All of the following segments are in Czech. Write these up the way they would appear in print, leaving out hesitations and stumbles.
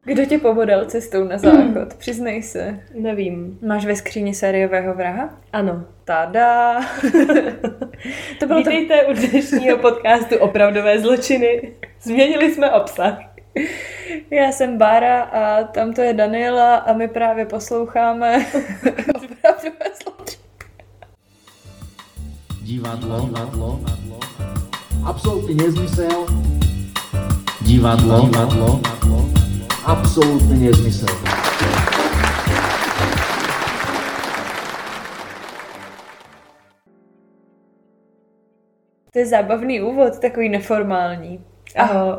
Kdo tě pobodal cestou na záchod? Přiznej se. Nevím. Máš ve skříni sériového vraha? Ano. Tada! Vítejte u dnešního podcastu Opravdové zločiny. Změnili jsme obsah. Já jsem Bára a tamto je Daniela a my právě posloucháme Opravdové zločiny. Divadlo. Absolutní nezmysel. Divadlo. Absolutní nezmysel. To je zábavný úvod, takový neformální. Ahoj.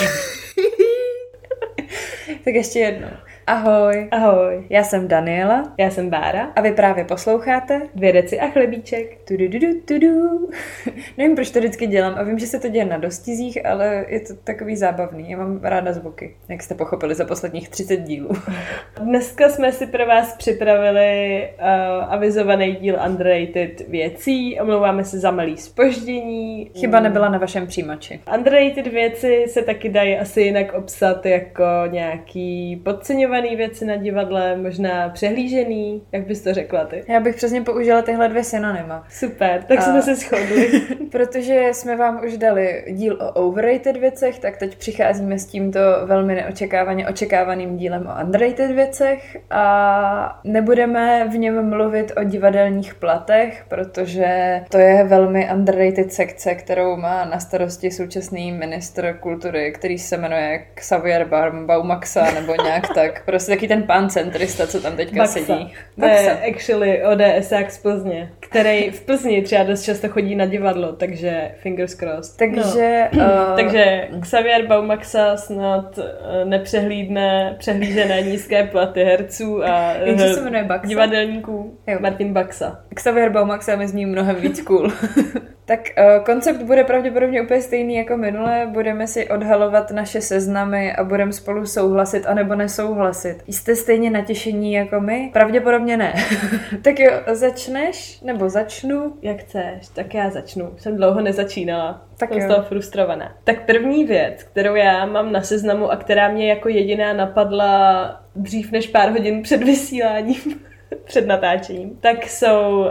Tak ještě jednou. Ahoj. Ahoj. Já jsem Daniela. Já jsem Bára. A vy právě posloucháte Dvě deci a chlebíček. Tudu. Nevím, proč to vždycky dělám a vím, že se to děje na dostizích, ale je to takový zábavný. Já mám ráda zvuky, jak jste pochopili za posledních 30 dílů. Dneska jsme si pro vás připravili avizovaný díl Underrated věcí. Omlouváme se za malý zpoždění. Chyba nebyla na vašem přijímači. Underrated věci se taky dají asi jinak obsat jako nějaký podceňovaný věci na divadle, možná přehlížený. Jak bys to řekla ty? Já bych přesně použila tyhle dvě synonyma. Super, tak jsme se shodli. Protože jsme vám už dali díl o overrated věcech, tak teď přicházíme s tímto velmi neočekávaně očekávaným dílem o underrated věcech a nebudeme v něm mluvit o divadelních platech, protože to je velmi underrated sekce, kterou má na starosti současný ministr kultury, který se jmenuje Xavier Baumaxa nebo nějak tak. Prostě taky ten pán centrista, co tam teďka Baxa. sedí. To je actually ODSák z Plzně, který v Plzni třeba dost často chodí na divadlo, takže fingers crossed. Takže, takže Xavier Baumaxa snad nepřehlídne přehlížené nízké platy herců a jak se jmenuje Baxa? Divadelníků. Jo. Martin Baxa. Xavier Baumaxa mi zní mnohem víc cool. Tak koncept bude pravděpodobně úplně stejný jako minule. Budeme si odhalovat naše seznamy a budeme spolu souhlasit anebo nesouhlasit. Jste stejně natěšení jako my? Pravděpodobně ne. Tak jo, začneš? Nebo začnu? Jak chceš, tak já začnu. Jsem dlouho nezačínala. Tak jsem jo. z toho frustrovaná. Tak první věc, kterou já mám na seznamu a která mě jako jediná napadla dřív než pár hodin před vysíláním, před natáčením, tak jsou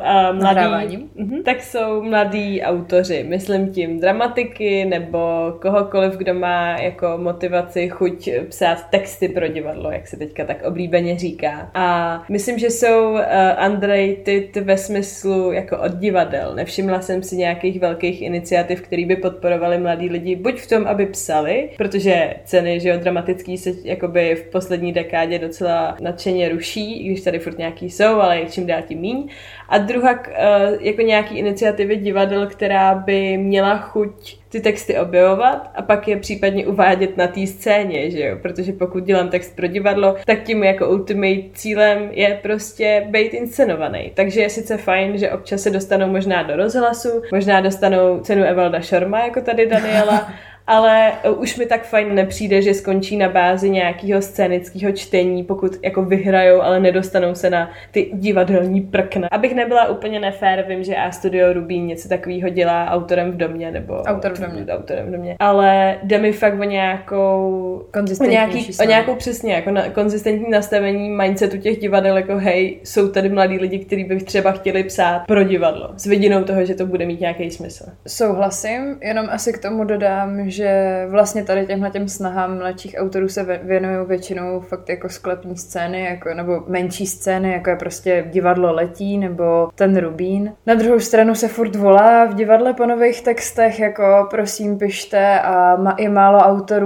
mladí autoři. Myslím tím dramatiky nebo kohokoliv, kdo má jako motivaci chuť psát texty pro divadlo, jak se teďka tak oblíbeně říká. A myslím, že jsou underrated ve smyslu jako od divadel. Nevšimla jsem si nějakých velkých iniciativ, které by podporovaly mladí lidi buď v tom, aby psali, protože ceny, že jo, dramatický se jakoby v poslední dekádě docela nadšeně ruší, i když tady furt nějaký jsou, ale čím dál tím míň. A druhá jako nějaký iniciativy divadel, která by měla chuť ty texty objevovat a pak je případně uvádět na té scéně, že jo? Protože pokud dělám text pro divadlo, tak tím jako ultimate cílem je prostě být inscenovaný. Takže je sice fajn, že občas se dostanou možná do rozhlasu, možná dostanou cenu Evalda Šorma, jako tady Daniela, ale už mi tak fajn nepřijde, že skončí na bázi nějakého scénického čtení, pokud jako vyhrajou, ale nedostanou se na ty divadelní prkna. Abych nebyla úplně nefér, vím, že A Studio Rubín něco takového dělá autorem v domě, nebo autorem v domě. Ale jde mi fakt o nějakou o nějakou přesně, jako konzistentní nastavení mindsetu těch divadel, jako hej, jsou tady mladí lidi, kteří by třeba chtěli psát pro divadlo. S vidinou toho, že to bude mít nějaký smysl. Souhlasím, jenom asi k tomu dodám, že vlastně tady těmhletěm snahám mladších autorů se věnují většinou fakt jako sklepní scény, jako, nebo menší scény, jako je prostě divadlo letí, nebo ten Rubín. Na druhou stranu se furt volá v divadle po nových textech, jako prosím pište a je málo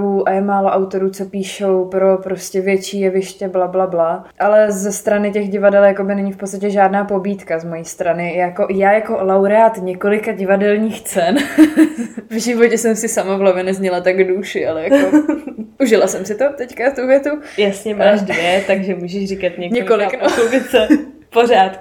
autorů, co píšou pro prostě větší jeviště, bla. Ale ze strany těch divadel jako by není v podstatě žádná pobídka z mojí strany. Já jako laureát několika divadelních cen v životě jsem si sama v hlavě nezněla tak duši, ale jako užila jsem si to teďka tu větu. Jasně, máš dvě, takže můžeš říkat několik pořádku.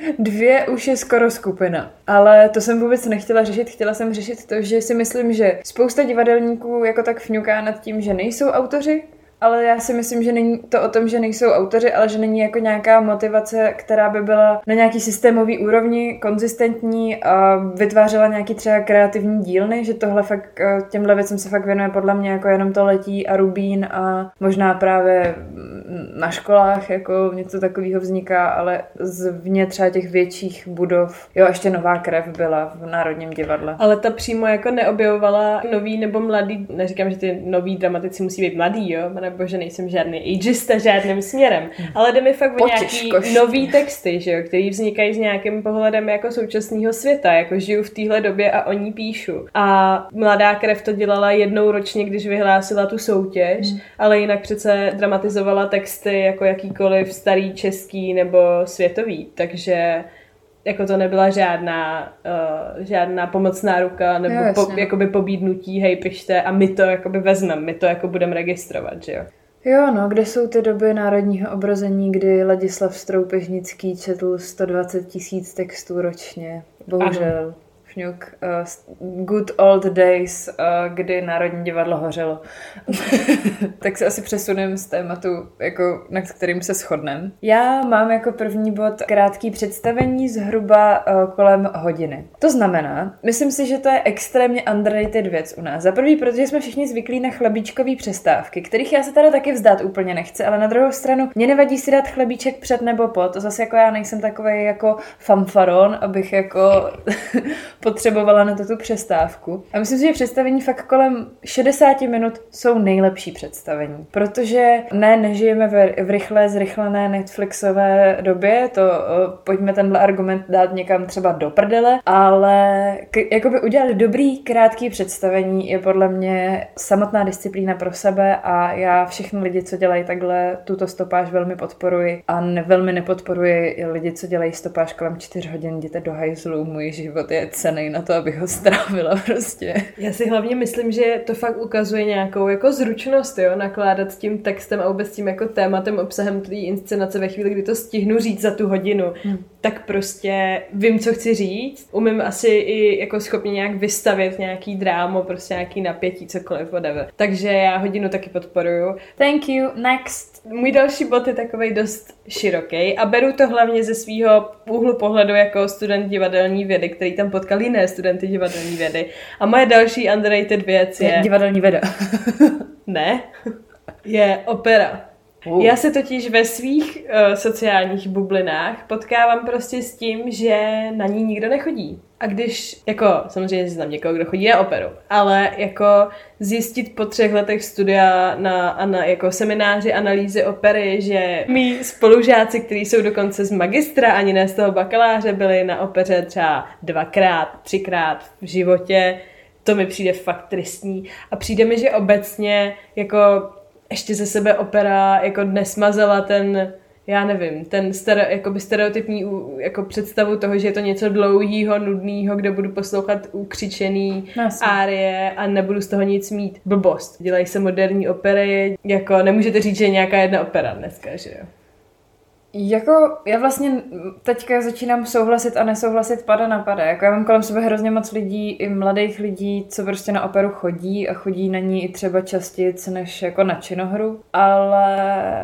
2 už je skoro skupina, ale to jsem vůbec nechtěla řešit. Chtěla jsem řešit to, že si myslím, že spousta divadelníků jako tak fňuká nad tím, že nejsou autoři Ale já si myslím, že není to o tom, že nejsou autoři, ale že není jako nějaká motivace, která by byla na nějaký systémový úrovni, konzistentní a vytvářela nějaký třeba kreativní dílny, že tohle fakt, těmhle věcem se fakt věnuje podle mě jako jenom to Letí a Rubín a možná právě na školách jako něco takového vzniká, ale zvně třeba těch větších budov. Jo, ještě Nová krev byla v Národním divadle. Ale ta přímo jako neobjevovala nový nebo mladý, neříkám, že ty noví dramatici musí být mladý, jo, nebo že nejsem žádný ageista žádným směrem, ale jde mi fakt o nějaký nový texty, že jo, který vznikají s nějakým pohledem jako současného světa, jako žiju v téhle době a o ní píšu. A Mladá krev to dělala jednou ročně, když vyhlásila tu soutěž, ale jinak přece dramatizovala texty jako jakýkoliv starý český nebo světový, takže jako to nebyla žádná pomocná ruka nebo jakoby pobídnutí, hej, pište a my to jakoby vezmeme, my to jako budeme registrovat, že jo. Jo, no, kde jsou ty doby národního obrození, kdy Ladislav Stroupežnický četl 120 000 textů ročně. Bohužel. Šňuk. Good old days, kdy Národní divadlo hořelo. Tak se asi přesunem z tématu, jako, nad kterým se shodneme. Já mám jako první bod krátký představení zhruba kolem hodiny. To znamená, myslím si, že to je extrémně underrated věc u nás. Za prvý, protože jsme všichni zvyklí na chlebíčkový přestávky, kterých já se teda taky vzdát úplně nechci, ale na druhou stranu mě nevadí si dát chlebíček před nebo po. To zase jako já nejsem takovej jako fanfaron, abych jako potřebovala na tu přestávku. A myslím si, že představení fakt kolem 60 minut jsou nejlepší představení. Protože nežijeme v rychlé, zrychlené Netflixové době, to pojďme tenhle argument dát někam třeba do prdele, ale jakoby udělat dobrý, krátký představení je podle mě samotná disciplína pro sebe a já všechny lidi, co dělají takhle, tuto stopáž velmi podporuji a velmi nepodporuji lidi, co dělají stopáž kolem 4 hodin, jděte do hajzlu, můj život je cenný na to, abych ho strávila prostě. Já si hlavně myslím, že to fakt ukazuje nějakou jako zručnost, jo, nakládat s tím textem a vůbec tím jako tématem, obsahem té inscenace ve chvíli, kdy to stihnu říct za tu hodinu. Tak prostě vím, co chci říct. Umím asi i jako schopně nějak vystavit nějaký drámo, prostě nějaký napětí, cokoliv, whatever. Takže já hodinu taky podporuju. Thank you, next. Můj další bod je takovej dost široký a beru to hlavně ze svýho úhlu pohledu jako student divadelní vědy, který tam potkal jiné studenty divadelní vědy. A moje další underrated věc je... Divadelní věda. Ne. Je opera. Já se totiž ve svých sociálních bublinách potkávám prostě s tím, že na ní nikdo nechodí. A když, jako samozřejmě znám někoho, kdo chodí na operu, ale jako zjistit po 3 letech studia na jako semináři analýzy opery, že mý spolužáci, kteří jsou dokonce z magistra, ani ne z toho bakaláře, byli na opeře třeba 2x, 3x v životě, to mi přijde fakt tristní. A přijde mi, že obecně jako ještě ze sebe opera jako nesmazala ten, já nevím, ten stereotypní jako představu toho, že je to něco dlouhýho, nudnýho, kde budu poslouchat ukřičený árie a nebudu z toho nic mít. Blbost. Dělají se moderní opery, jako nemůžete říct, že je nějaká jedna opera dneska, že jo? Jako, já vlastně teďka začínám souhlasit a nesouhlasit pada na pada. Jako já mám kolem sebe hrozně moc lidí, i mladých lidí, co prostě na operu chodí a chodí na ní i třeba častějc než jako na činohru. Ale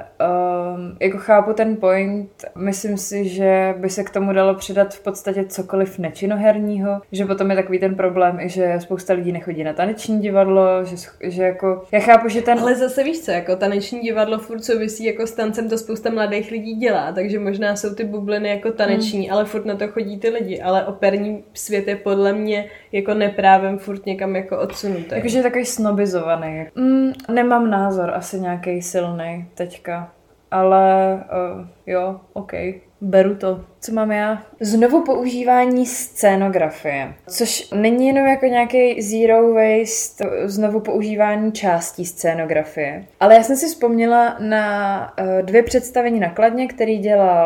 jako chápu ten point. Myslím si, že by se k tomu dalo přidat v podstatě cokoliv nečinoherního, že potom je takový ten problém i, že spousta lidí nechodí na taneční divadlo, že jako, já chápu, že ten... Ale zase víš co, jako taneční divadlo furt souvisí jako s tancem, to spousta mladých lidí dělá, takže možná jsou ty bubliny jako taneční, ale furt na to chodí ty lidi, ale operní svět je podle mě jako neprávem furt někam jako odsunutý. Jakože je takový snobizovaný. Nemám názor asi nějaký silný teďka, ale jo, OK. Beru to. Co mám já? Znovu používání scénografie, což není jenom jako nějaký zero waste, znovu používání částí scénografie. Ale já jsem si vzpomněla na 2 představení na Kladně, který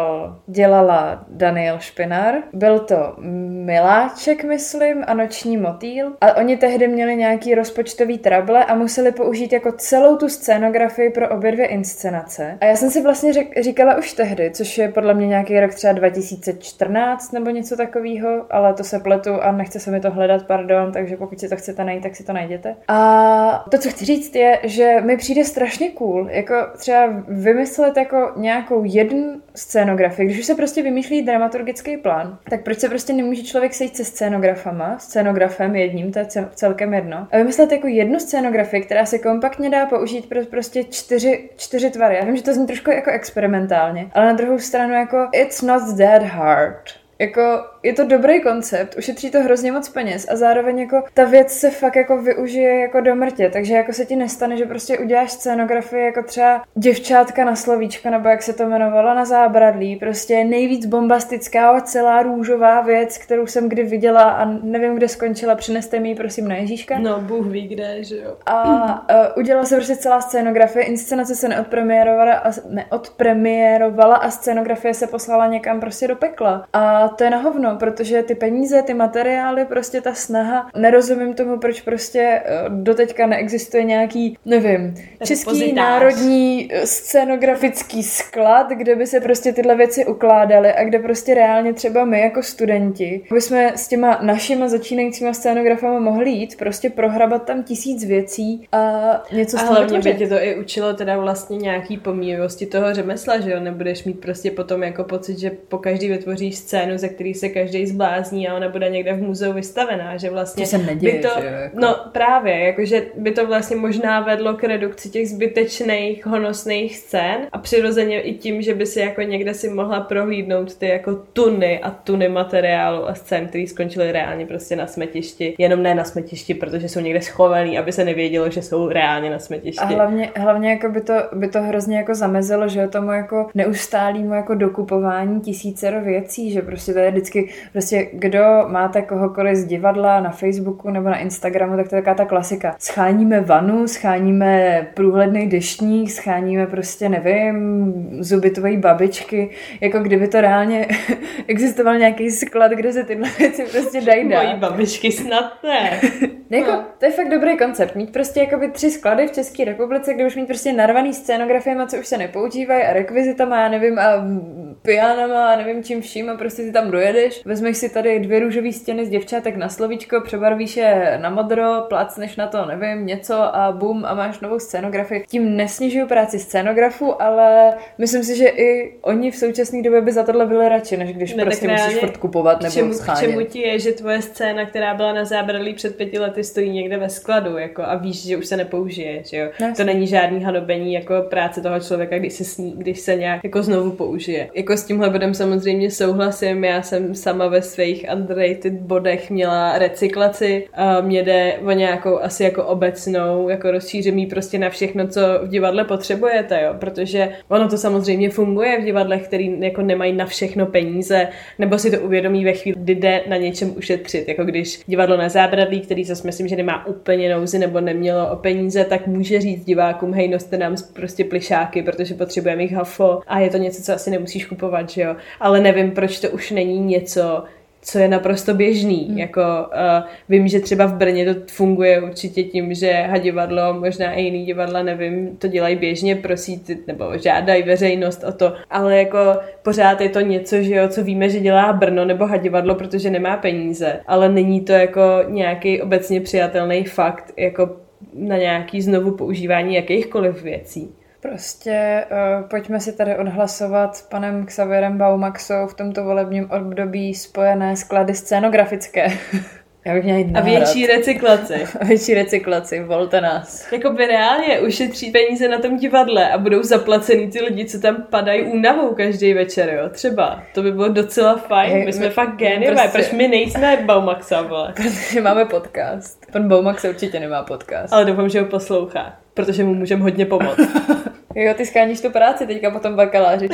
dělala Daniel Špinár. Byl to Miláček, myslím, a Noční motýl. A oni tehdy měli nějaký rozpočtový trable a museli použít jako celou tu scénografii pro obě 2 inscenace. A já jsem si vlastně říkala už tehdy, což je podle mě nějaký nějaký rok třeba 2014 nebo něco takového, ale to se pletu a nechce se mi to hledat, pardon, takže pokud si to chcete najít, tak si to najděte. A to, co chci říct, je, že mi přijde strašně cool, jako třeba vymyslet jako nějakou jednu scénografii, když už se prostě vymýšlí dramaturgický plán, tak proč se prostě nemůže člověk sejít se scénografem jedním, to je celkem jedno, a vymyslet jako jednu scénografii, která se kompaktně dá použít pro prostě čtyři tvary. Já vím, že to zní trošku jako experimentálně, ale na druhou stranu jako it's not that hard. Jako, je to dobrý koncept, ušetří to hrozně moc peněz a zároveň jako ta věc se fakt jako využije jako do mrtě, takže jako se ti nestane, že prostě uděláš scénografii jako třeba Děvčátka na slovíčko, nebo jak se to jmenovalo, na zábradlí, prostě nejvíc bombastická a celá růžová věc, kterou jsem kdy viděla a nevím, kde skončila, přineste mi ji prosím na Ježíška. No, Bůh ví kde, že jo. A udělala se prostě celá scénografie, inscenace se neodpremiérovala a scénografie se poslala někam prostě do pekla. A to je na hovno, protože ty peníze, ty materiály, prostě ta snaha, nerozumím tomu, proč prostě doteďka neexistuje nějaký, nevím, český národní scénografický sklad, kde by se prostě tyhle věci ukládaly a kde prostě reálně třeba my jako studenti bychom s těma našima začínajícíma scénografama mohli jít, prostě prohrabat tam 1000 věcí a něco z toho hlavně by tě to i učilo teda vlastně nějaký pomíjivosti toho řemesla, že jo, nebudeš mít prostě potom jako pocit, že po každý vytvoříš scénu, ze který se každý zblázní a ona bude někde v muzeu vystavená, že vlastně to se neděje, by to, že jo, jako. no právě, jakože by to vlastně možná vedlo k redukci těch zbytečných honosných scén a přirozeně i tím, že by si jako někde si mohla prohlídnout ty jako tuny materiálu a scén, který skončily reálně prostě na smetišti, jenom ne na smetišti, protože jsou někde schovaný, aby se nevědělo, že jsou reálně na smetišti. A hlavně jako by to hrozně jako zamezilo, že tomu jako neustálému jako dokupování tisícero věcí, že prostě to je vždycky, prostě kdo máte kohokoliv z divadla na Facebooku nebo na Instagramu, tak to je taková ta klasika. Scháníme vanu, scháníme průhledný deštník, scháníme prostě, nevím, zuby tvojí babičky, jako kdyby to reálně existoval nějaký sklad, kde se tyhle věci prostě dají dát. Mojí babičky snad ne. Jako, to je fakt dobrý koncept. Mít prostě jakoby 3 sklady v České republice, kde už mít prostě narvaný scénografiema, co už se nepoužívají a rekvizitama, já nevím, a pianama a nevím čím vším a prostě si tam dojedeš. Vezmeš si tady 2 růžové stěny z Děvčátek na slovíčko, přebarvíš je na modro, plácneš na to, nevím, něco a bum a máš novou scénografii. Tím nesnižuju práci scénografů, ale myslím si, že i oni v současné době by za tohle byli radši, než když prostě musíš furt kupovat nebo schánět. K čemu ti je, že tvoje scéna, která byla na zábradlí před 5 lety, stojí někde ve skladu, jako, a víš, že už se nepoužije, že jo? To není žádný hanobení jako práce toho člověka, když se nějak jako znovu použije. Jako s tímhle bodem samozřejmě souhlasím, já jsem sama ve svých underrated bodech měla recyklaci, mě jde o nějakou asi jako obecnou, jako rozšířený prostě na všechno, co v divadle potřebujete, jo? Protože ono to samozřejmě funguje v divadlech, který jako nemají na všechno peníze, nebo si to uvědomí ve chvíli, kdy jde na něčem ušetřit, jako když divadlo na zábradlí, který zase myslím, že nemá úplně nouzi nebo nemělo o peníze, tak může říct divákům, hej, noste nám prostě plišáky, protože potřebujeme jich hafo a je to něco, co asi nemusíš kupovat, že jo. Ale nevím, proč to už není něco, co je naprosto běžný. Jako, vím, že třeba v Brně to funguje určitě tím, že Hadivadlo, možná i jiný divadla, nevím, to dělají běžně, prosí nebo žádají veřejnost o to, ale jako pořád je to něco, že jo, co víme, že dělá Brno nebo Hadivadlo, protože nemá peníze, ale není to jako nějaký obecně přijatelný fakt, jako na nějaký znovu používání jakýchkoliv věcí. Prostě pojďme si tady odhlasovat s panem Xavierem Baumaxou v tomto volebním období spojené sklady scénografické. Já bych měla jít a větší recyklaci. A větší recyklaci, volte nás. Jakoby reálně ušetří peníze na tom divadle a budou zaplacený ty lidi, co tam padají únavou každý večer, jo, třeba. To by bylo docela fajn, my jsme fakt géniové, prostě... proč my nejsme Baumaxa, vole? Protože máme podcast. Pan Baumax určitě nemá podcast. Ale doufám, že ho poslouchá, protože mu můžeme hodně pomoct. Jo, ty skáníš tu práci teďka po tom bakaláři.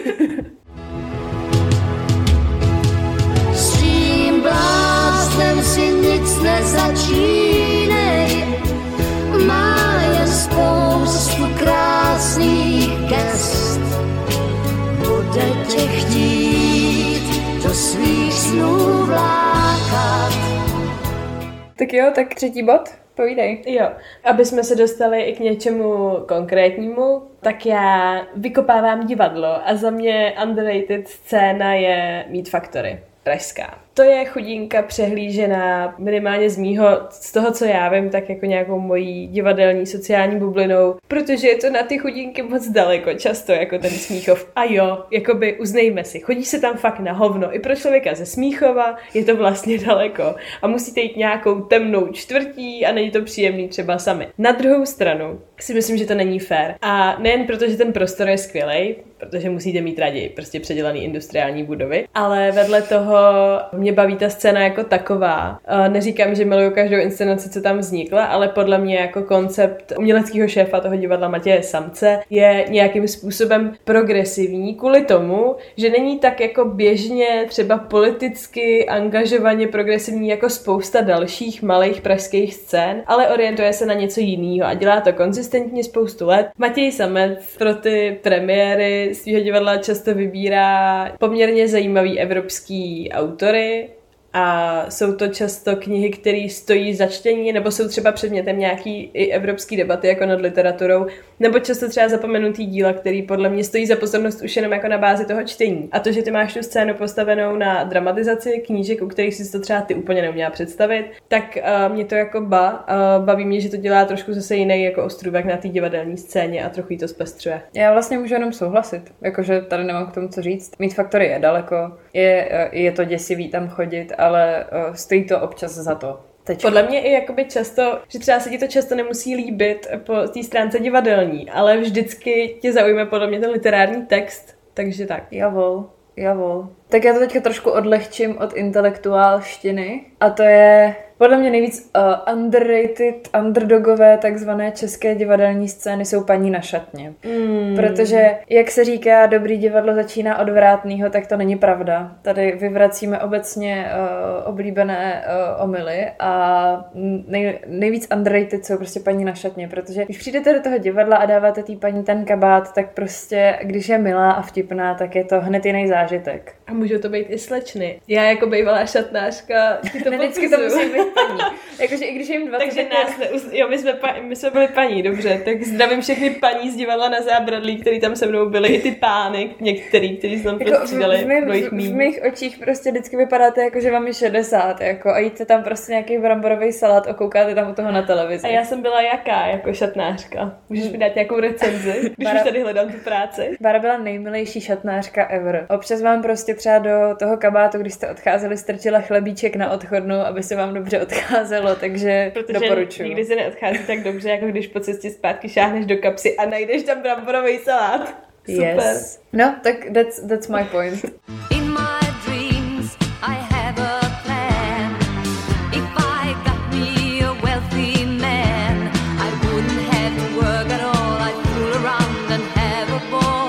S tím bláznem si nic nezačínej, má je spoustu krásných gest. Bude tě chtít do svých snů vlákat. Tak jo, tak 3. bod. Povídej. Jo, aby jsme se dostali i k něčemu konkrétnímu, tak já vykopávám divadlo a za mě underrated scéna je Meat Factory, pražská. To je chudinka přehlížená minimálně z toho, co já vím, tak jako nějakou mojí divadelní sociální bublinou, protože je to na ty chudinky moc daleko často, jako ten Smíchov. A jo, jakoby uznejme si, chodí se tam fakt na hovno. I pro člověka ze Smíchova je to vlastně daleko. A musíte jít nějakou temnou čtvrtí a není to příjemný třeba sami. Na druhou stranu si myslím, že to není fér. A nejen proto, že ten prostor je skvělej, protože musíte mít raději prostě předělaný industriální budovy, ale vedle toho mě baví ta scéna jako taková. Neříkám, že miluju každou inscenaci, co tam vznikla, ale podle mě jako koncept uměleckého šéfa toho divadla Matěje Samce je nějakým způsobem progresivní kvůli tomu, že není tak jako běžně třeba politicky angažovaně progresivní jako spousta dalších malých pražských scén, ale orientuje se na něco jiného a dělá to konzistentně spoustu let. Matěj Samec pro ty premiéry svého divadla často vybírá poměrně zajímavý evropský autory a jsou to často knihy, které stojí za čtení, nebo jsou třeba předmětem nějaký i evropský debaty jako nad literaturou, nebo často třeba zapomenutý díla, který podle mě stojí za pozornost už jenom jako na bázi toho čtení. A to, že ty máš tu scénu postavenou na dramatizaci knížek, u kterých si to třeba ty úplně neuměla představit, tak mě to jako baví mě, že to dělá trošku zase jiný jako ostrůvek na té divadelní scéně a trochu jí to zpestřuje. Já vlastně můžu jenom souhlasit, jakože tady nemám k tomu co říct. Meat Factory je daleko, je to děsivý tam chodit, ale stojí to občas za to. Tečka. Podle mě i jakoby často, že třeba se ti to často nemusí líbit po té stránce divadelní, ale vždycky tě zaujme podle mě ten literární text, takže tak. Javol. Tak já to teďka trošku odlehčím od intelektuálštiny a to je podle mě nejvíc underrated, underdogové takzvané české divadelní scény jsou Paní na šatně. Protože, jak se říká, dobrý divadlo začíná od vrátného, tak to není pravda. Tady vyvracíme obecně oblíbené omyly a nejvíc underrated jsou prostě Paní na šatně, protože když přijdete do toho divadla a dáváte té paní ten kabát, tak prostě, když je milá a vtipná, tak je to hned jiný zážitek. A můžou to být i slečny. Já jako bývalá šatnářka ti to vždycky to musí být paní. Jakože i když je jim 20. Takže my jsme byli paní, dobře. Tak zdravím všechny paní z divadla na Zábradlí, který tam se mnou byli, i ty pány, některý, kteří se tam jako prostřídali. V mých očích prostě vždycky vypadáte jako, že vám je 60, jako, a jíte tam prostě nějaký bramborový salát a koukáte tam u toho na televizi. A já jsem byla jaká jako šatnářka? Můžeš mi dát nějakou recenzi, když už tady hledám tu práci? Bára byla nejmilejší šatnářka ever. Občas vám prostě třeba do toho kabátu, když jste odcházeli, strčila chlebíček na odchodnu, aby se vám dobře odcházelo, takže doporučuji. Protože nikdy se neodchází tak dobře, jako když po cestě zpátky šáhneš do kapsy a najdeš tam bramborový salát. Super. Yes. No, tak that's my point. In my dreams I have a plan. If I got me a wealthy man, I wouldn't have to work at all. I'd fool around and have a ball.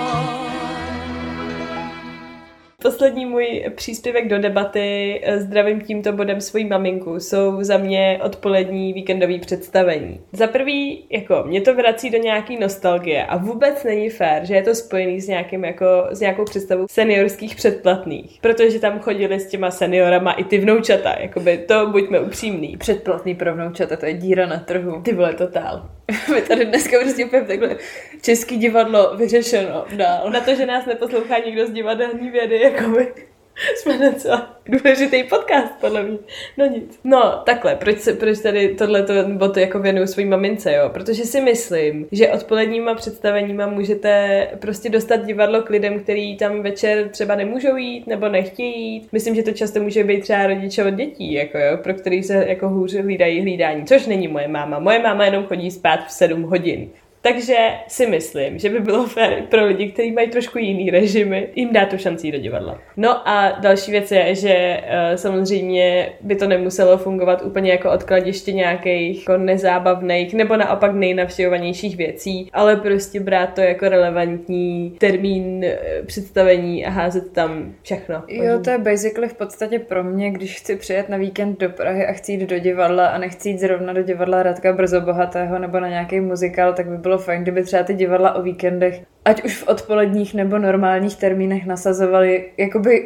Poslední můj příspěvek do debaty, zdravím tímto bodem svojí maminku, jsou za mě odpolední víkendový představení. Za prvý, jako, mě to vrací do nějaký nostalgie a vůbec není fér, že je to spojený s nějakou představou seniorských předplatných, protože tam chodili s těma seniorama i ty vnoučata, jakoby to buďme upřímní. Předplatný pro vnoučata, to je díra na trhu. Ty vole, totál. My tady dneska prostě úplně takhle český divadlo vyřešeno dál. Na to, že nás neposlouchá nikdo z divadelní vědy, jakoby jsme docela důležitý podcast, podle mě. No nic. No, takhle, proč tady tohleto boto jako věnuju svým mamince, jo? Protože si myslím, že odpoledníma představeníma můžete prostě dostat divadlo k lidem, který tam večer třeba nemůžou jít nebo nechtějí jít. Myslím, že to často může být třeba rodiče od dětí, jako jo, pro který se jako hůř hlídají hlídání, což není moje máma. Moje máma jenom chodí spát v 7 hodin. Takže si myslím, že by bylo fér pro lidi, kteří mají trošku jiný režimy, jim dát tu šanci do divadla. No a další věc je, že samozřejmě by to nemuselo fungovat úplně jako odkladiště nějakých jako nezábavných nebo naopak nejnavštěvovanějších věcí, ale prostě brát to jako relevantní termín představení a házet tam všechno. Jo, to je basically v podstatě pro mě, když chci přijet na víkend do Prahy a chci jít do divadla a nechci jít zrovna do divadla Radka Brzobohatého nebo na nějaký muzikál, tak by bylo fajn, kdyby třeba ty divadla o víkendech, ať už v odpoledních nebo normálních termínech nasazovali jakoby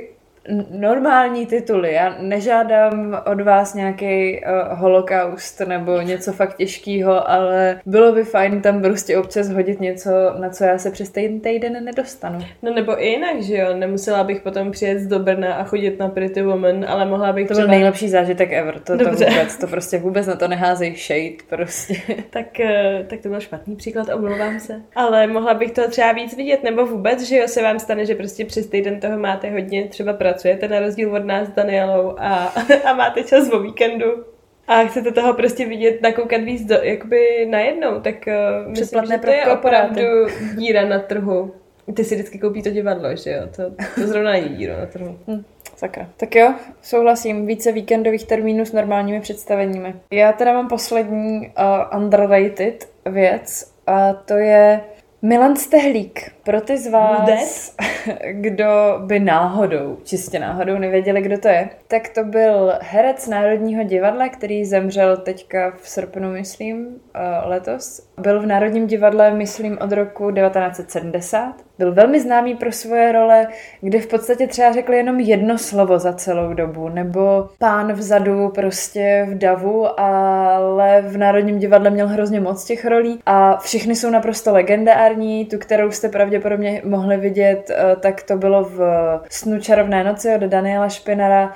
normální tituly. Já nežádám od vás nějaký holokaust nebo něco fakt těžkého, ale bylo by fajn tam prostě občas hodit něco, na co já se přes týden nedostanu. No nebo i jinak, že jo? Nemusela bych potom přijet do Brna a chodit na Pretty Woman, ale mohla bych To byl nejlepší zážitek ever. To prostě vůbec na to neházej shade prostě. tak to byl špatný příklad, omlouvám se. Ale mohla bych to třeba víc vidět, nebo vůbec, že jo, se vám stane, že prostě přes týden toho máte hodně, třeba pracujete na rozdíl od nás s Danielou a máte čas o víkendu a chcete toho prostě vidět, nakoukat víc jakoby najednou, tak myslím, že to je opravdu díra na trhu. Ty si vždycky koupí to divadlo, že jo? To zrovna není díra na trhu. Sakra. Tak jo, souhlasím, více víkendových termínů s normálními představeními. Já teda mám poslední underrated věc a to je Milan Stehlík. Pro ty z vás, kdo by čistě náhodou nevěděli, kdo to je, tak to byl herec Národního divadla, který zemřel teďka v srpnu, myslím, letos. Byl v Národním divadle, myslím, od roku 1970. Byl velmi známý pro svoje role, kde v podstatě třeba řekl jenom jedno slovo za celou dobu, nebo pán vzadu prostě v davu, ale v Národním divadle měl hrozně moc těch rolí a všechny jsou naprosto legendární. Tu, kterou jste pravděpodobně mohli vidět, tak to bylo v Snu čarovné noci od Daniela Špinara.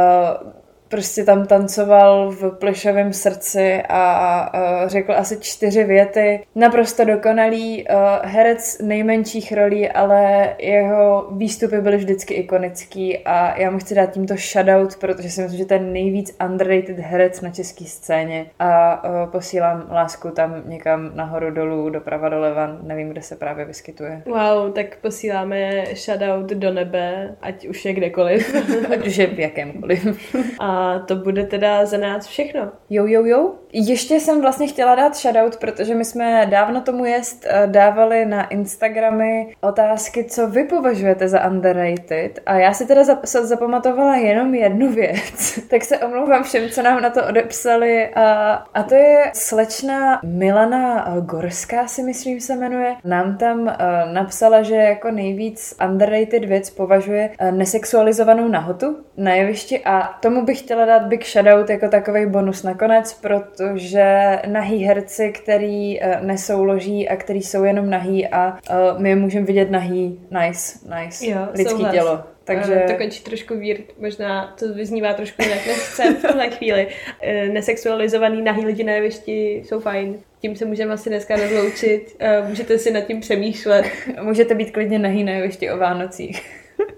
Prostě tam tancoval v Plišovém srdci a řekl asi 4 věty. Naprosto dokonalý herec nejmenších rolí, ale jeho výstupy byly vždycky ikonický a já mu chci dát tímto shoutout, protože si myslím, že to je nejvíc underrated herec na české scéně a posílám lásku tam někam nahoru dolů, doprava doleva, nevím, kde se právě vyskytuje. Wow, tak posíláme shoutout do nebe, ať už je kdekoliv. Ať už je v jakémkoliv. A to bude teda za nás všechno. Jo. Ještě jsem vlastně chtěla dát shoutout, protože my jsme dávno tomu dávali na Instagramy otázky, co vy považujete za underrated. A já si teda zapamatovala jenom jednu věc. Tak se omlouvám všem, co nám na to odepsali. A to je slečna Milana Gorská, si myslím se jmenuje. Nám tam napsala, že jako nejvíc underrated věc považuje nesexualizovanou nahotu na jevišti a tomu bych chtěla dát big shoutout jako takovej bonus nakonec, protože nahý herci, který nesouloží a který jsou jenom nahý a my je můžeme vidět nahý, nice, jo, lidský souhlas. Tělo. Takže to končí trošku weird, možná to vyznívá trošku jinak, než chce v tuhle chvíli. Nesexualizovaný nahý lidi na jevišti jsou fajn. Tím se můžeme asi dneska rozloučit. Můžete si nad tím přemýšlet. Můžete být klidně nahý na jevišti o Vánocích.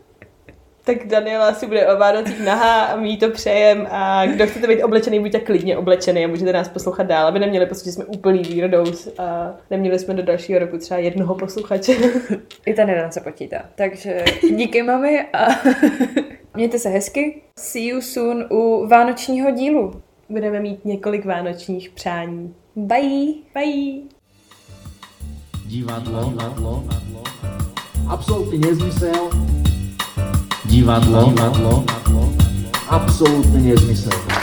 Tak Daniela si bude o Vánocích nahá a my jí to přejem a kdo chcete být oblečený, buďte klidně oblečený a můžete nás poslouchat dál, aby neměli pocit, že jsme úplný weirdos a neměli jsme do dalšího roku třeba jednoho posluchače. I ten jeden se počítá. Takže díky mami a mějte se hezky. See you soon u vánočního dílu. Budeme mít několik vánočních přání. Bye. Bye. Divadlo. Absolutný nezmysel. Divadlo. Absolútny nezmysel.